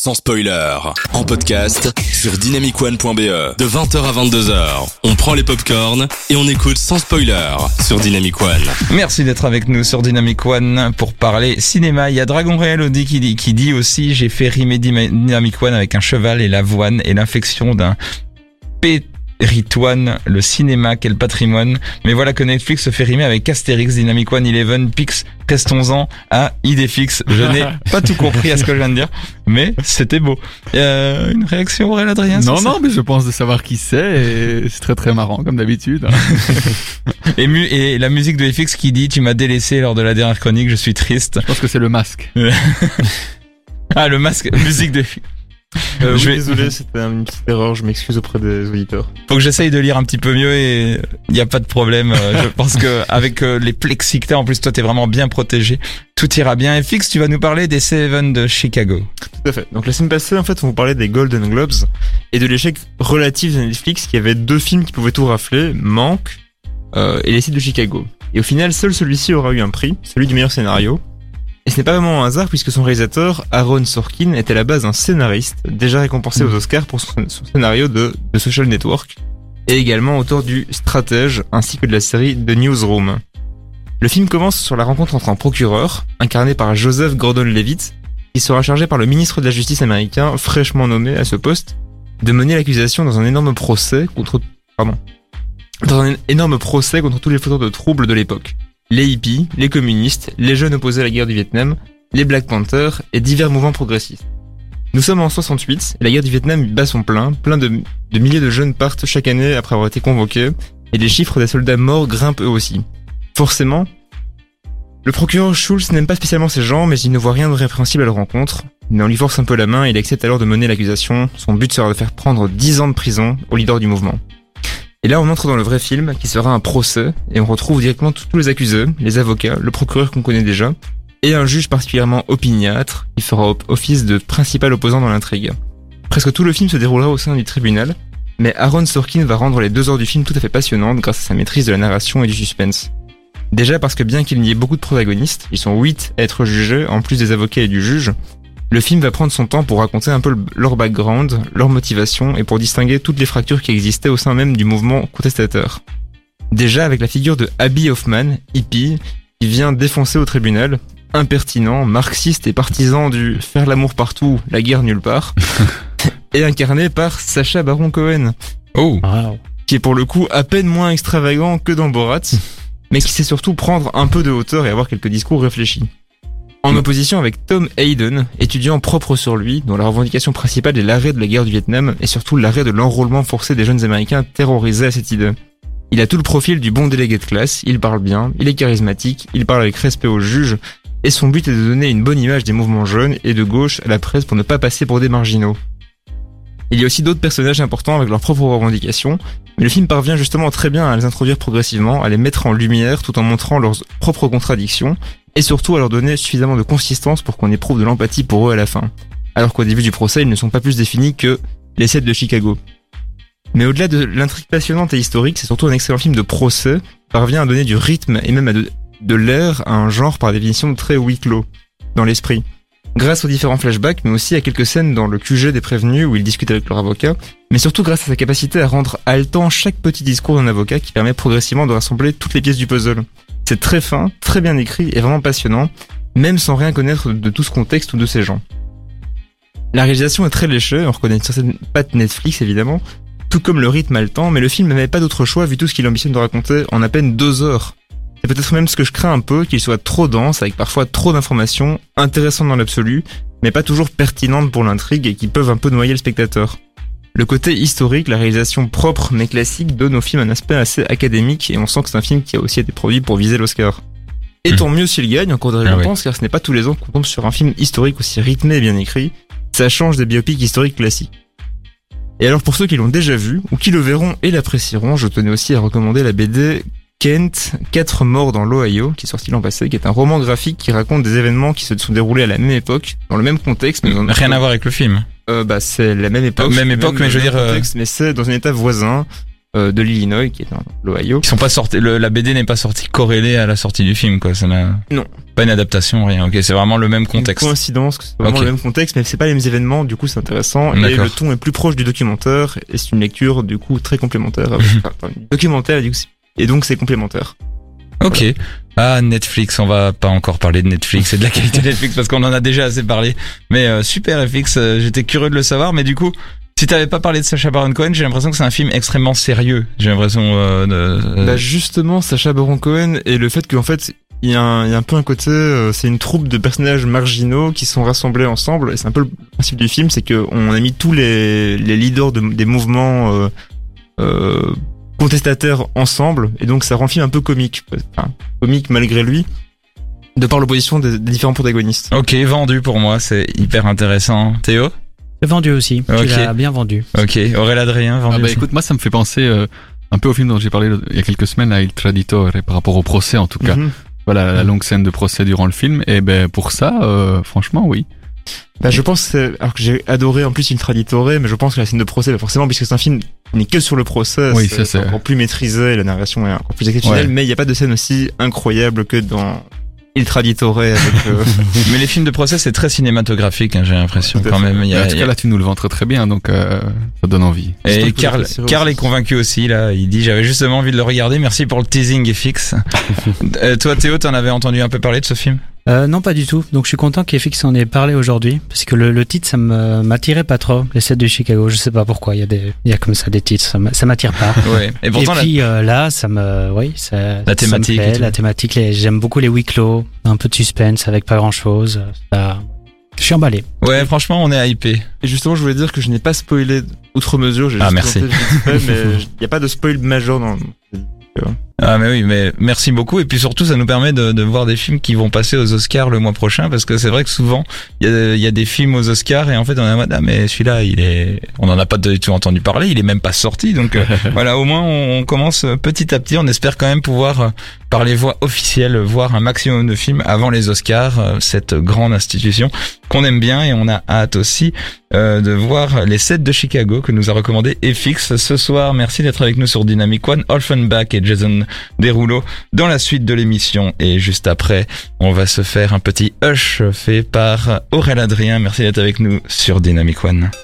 sans spoiler, en podcast sur dynamicone.be de 20h à 22h. On prend les popcorns et on écoute sans spoiler sur Dynamic One. Merci d'être avec nous sur Dynamic One pour parler cinéma. Il y a Dragon Réel Audi qui dit aussi: j'ai fait rimer Dynamic One avec un cheval et l'avoine et l'infection d'un Ritoine, le cinéma, quel patrimoine. Mais voilà que Netflix se fait rimer avec Astérix, Dynamic One, Eleven, Pix, restons-en à Idéfix. Je n'ai pas tout compris à ce que je viens de dire, mais c'était beau. Une réaction, Aurélien Adrien? Non, mais je pense de savoir qui c'est et c'est très très marrant comme d'habitude. Et la musique de FX qui dit: tu m'as délaissé lors de la dernière chronique, je suis triste. Je pense que c'est le masque. Ah, le masque, musique de FX. Désolé, c'était une petite erreur, je m'excuse auprès des auditeurs. Faut que j'essaye de lire un petit peu mieux et il n'y a pas de problème. Je pense que avec les plexis que t'as, en plus toi t'es vraiment bien protégé, tout ira bien. FX, tu vas nous parler des Seven de Chicago. Tout à fait. Donc la semaine passée, en fait, on vous parlait des Golden Globes et de l'échec relatif de Netflix, qui avait 2 films qui pouvaient tout rafler, Manque et Les Sites de Chicago. Et au final, seul celui-ci aura eu un prix, celui du meilleur scénario. Et ce n'est pas vraiment un hasard, puisque son réalisateur, Aaron Sorkin, était à la base un scénariste, déjà récompensé aux Oscars pour son scénario de The Social Network, et également auteur du Stratège, ainsi que de la série The Newsroom. Le film commence sur la rencontre entre un procureur, incarné par Joseph Gordon-Levitt, qui sera chargé par le ministre de la Justice américain, fraîchement nommé à ce poste, de mener l'accusation dans un énorme procès contre tous les fauteurs de troubles de l'époque. Les hippies, les communistes, les jeunes opposés à la guerre du Vietnam, les Black Panthers et divers mouvements progressistes. Nous sommes en 68 et la guerre du Vietnam bat son plein de milliers de jeunes partent chaque année après avoir été convoqués et les chiffres des soldats morts grimpent eux aussi. Forcément, le procureur Schultz n'aime pas spécialement ces gens, mais il ne voit rien de répréhensible à leur rencontre. Mais on lui force un peu la main et il accepte alors de mener l'accusation. Son but sera de faire prendre 10 ans de prison au leader du mouvement. Et là, on entre dans le vrai film, qui sera un procès, et on retrouve directement tous les accusés, les avocats, le procureur qu'on connaît déjà, et un juge particulièrement opiniâtre, qui fera office de principal opposant dans l'intrigue. Presque tout le film se déroulera au sein du tribunal, mais Aaron Sorkin va rendre les 2 heures du film tout à fait passionnantes grâce à sa maîtrise de la narration et du suspense. Déjà parce que bien qu'il n'y ait beaucoup de protagonistes, ils sont 8 à être jugés, en plus des avocats et du juge, le film va prendre son temps pour raconter un peu leur background, leur motivation et pour distinguer toutes les fractures qui existaient au sein même du mouvement contestateur. Déjà avec la figure de Abby Hoffman, hippie, qui vient défoncer au tribunal, impertinent, marxiste et partisan du faire l'amour partout, la guerre nulle part, et incarné par Sacha Baron Cohen. Oh, qui est pour le coup à peine moins extravagant que dans Borat, mais qui sait surtout prendre un peu de hauteur et avoir quelques discours réfléchis. En opposition avec Tom Hayden, étudiant propre sur lui, dont la revendication principale est l'arrêt de la guerre du Vietnam et surtout l'arrêt de l'enrôlement forcé des jeunes américains terrorisés à cette idée. Il a tout le profil du bon délégué de classe, il parle bien, il est charismatique, il parle avec respect aux juges, et son but est de donner une bonne image des mouvements jeunes et de gauche à la presse pour ne pas passer pour des marginaux. Il y a aussi d'autres personnages importants avec leurs propres revendications, mais le film parvient justement très bien à les introduire progressivement, à les mettre en lumière tout en montrant leurs propres contradictions, et surtout à leur donner suffisamment de consistance pour qu'on éprouve de l'empathie pour eux à la fin. Alors qu'au début du procès, ils ne sont pas plus définis que les 7 de Chicago. Mais au-delà de l'intrigue passionnante et historique, c'est surtout un excellent film de procès, qui parvient à donner du rythme et même de l'air à un genre par définition très huis clos, dans l'esprit. Grâce aux différents flashbacks, mais aussi à quelques scènes dans le QG des prévenus où ils discutent avec leur avocat, mais surtout grâce à sa capacité à rendre haletant chaque petit discours d'un avocat qui permet progressivement de rassembler toutes les pièces du puzzle. C'est très fin, très bien écrit et vraiment passionnant, même sans rien connaître de tout ce contexte ou de ces gens. La réalisation est très léchée, on reconnaît une certaine patte Netflix évidemment, tout comme le rythme haletant, mais le film n'avait pas d'autre choix vu tout ce qu'il ambitionne de raconter en à peine 2 heures. C'est peut-être même ce que je crains un peu, qu'il soit trop dense, avec parfois trop d'informations, intéressantes dans l'absolu, mais pas toujours pertinentes pour l'intrigue et qui peuvent un peu noyer le spectateur. Le côté historique, la réalisation propre mais classique donne au film un aspect assez académique et on sent que c'est un film qui a aussi été produit pour viser l'Oscar. Et tant mieux s'il gagne, encore des récompenses, car ce n'est pas tous les ans qu'on tombe sur un film historique aussi rythmé et bien écrit. Ça change des biopics historiques classiques. Et alors pour ceux qui l'ont déjà vu, ou qui le verront et l'apprécieront, je tenais aussi à recommander la BD Kent, 4 morts dans l'Ohio, qui est sorti l'an passé, qui est un roman graphique qui raconte des événements qui se sont déroulés à la même époque, dans le même contexte. Mais rien à voir avec le film. C'est la même époque. Mais je veux dire... Contexte, mais c'est dans un état voisin de l'Illinois, qui est dans l'Ohio. Ils sont pas sortis, la BD n'est pas sortie corrélée à la sortie du film, quoi. Ça n'a... Non. Pas une adaptation, rien. Ok, c'est vraiment le même contexte. Une coïncidence, que c'est vraiment Ok. le même contexte, mais c'est pas les mêmes événements, du coup c'est intéressant. Et D'accord. le ton est plus proche du documentaire, et c'est une lecture du coup très complémentaire. Du documentaire, du coup, et donc c'est complémentaire. Ok. Ah, Netflix, on va pas encore parler de Netflix et de la qualité de Netflix parce qu'on en a déjà assez parlé. Mais super FX, j'étais curieux de le savoir. Mais du coup, si t'avais pas parlé de Sacha Baron Cohen, j'ai l'impression que c'est un film extrêmement sérieux. J'ai l'impression Bah justement, Sacha Baron Cohen et le fait qu'en fait il y a un peu un côté, c'est une troupe de personnages marginaux qui sont rassemblés ensemble. Et c'est un peu le principe du film, c'est que on a mis tous les leaders des mouvements contestataires ensemble, et donc ça rend le film un peu comique, enfin, comique malgré lui, de par l'opposition des différents protagonistes. Ok, vendu pour moi, c'est hyper intéressant. Théo? C'est vendu aussi. Ok. Tu l'as bien vendu. Ok, Aurélien Adrien, vendu Ah bah aussi. écoute, moi ça me fait penser un peu au film dont j'ai parlé il y a quelques semaines, à Il Traditore, par rapport au procès en tout cas. Mhm. Voilà, la longue scène de procès durant le film. Et ben pour ça, franchement, oui. Bah, je pense que alors que j'ai adoré en plus Il Traditore, mais je pense que la scène de procès, bah, forcément, puisque c'est un film qui n'est que sur le procès, Oui, ça, c'est- encore plus maîtrisé, la narration est encore plus exceptionnelle, Ouais. mais il n'y a pas de scène aussi incroyable que dans Il Traditore avec, Mais les films de procès, c'est très cinématographique, hein, j'ai l'impression Tout à quand fait. même. Il y Mais a, en tout il y cas a- là tu nous le vends très très bien, donc ça donne envie. Et J'espère que Karl, vous apprécierez Karl aussi. est convaincu aussi là. Il dit j'avais justement envie de le regarder. Merci pour le teasing FX. Toi Théo, t'en avais entendu un peu parler de ce film? Non, pas du tout. Donc je suis content qu'FX en ait parlé aujourd'hui, parce que le titre, ça m'attirait pas trop. Les 7 de Chicago, je sais pas pourquoi. Il y a comme ça des titres, ça m'attire pas. Ouais. Et pourtant et puis là, ça La thématique ça me et plaît, tout. la thématique, j'aime beaucoup les huis clos, un peu de suspense avec pas grand chose. Je suis emballé. ouais, franchement, on est hypé. Et justement, je voulais dire que je n'ai pas spoilé outre mesure, j'ai Ah, juste merci. présenté vite fait, mais il n'y a pas de spoil majeur dans. Ah mais oui, mais merci beaucoup. Et puis surtout, ça nous permet de voir des films qui vont passer aux Oscars le mois prochain, parce que c'est vrai que souvent il y a des films aux Oscars et en fait on est en mode ah mais celui-là on en a pas du tout entendu parler, il est même pas sorti. Donc voilà, au moins on commence petit à petit. On espère quand même pouvoir par les voies officielles voir un maximum de films avant les Oscars, cette grande institution qu'on aime bien, et on a hâte aussi de voir les 7 de Chicago que nous a recommandé FX ce soir. Merci d'être avec nous sur Dynamic One. Offenbach et Jason Derulo dans la suite de l'émission, et juste après on va se faire un petit hush fait par Aurélien Adrien. Merci d'être avec nous sur Dynamic One.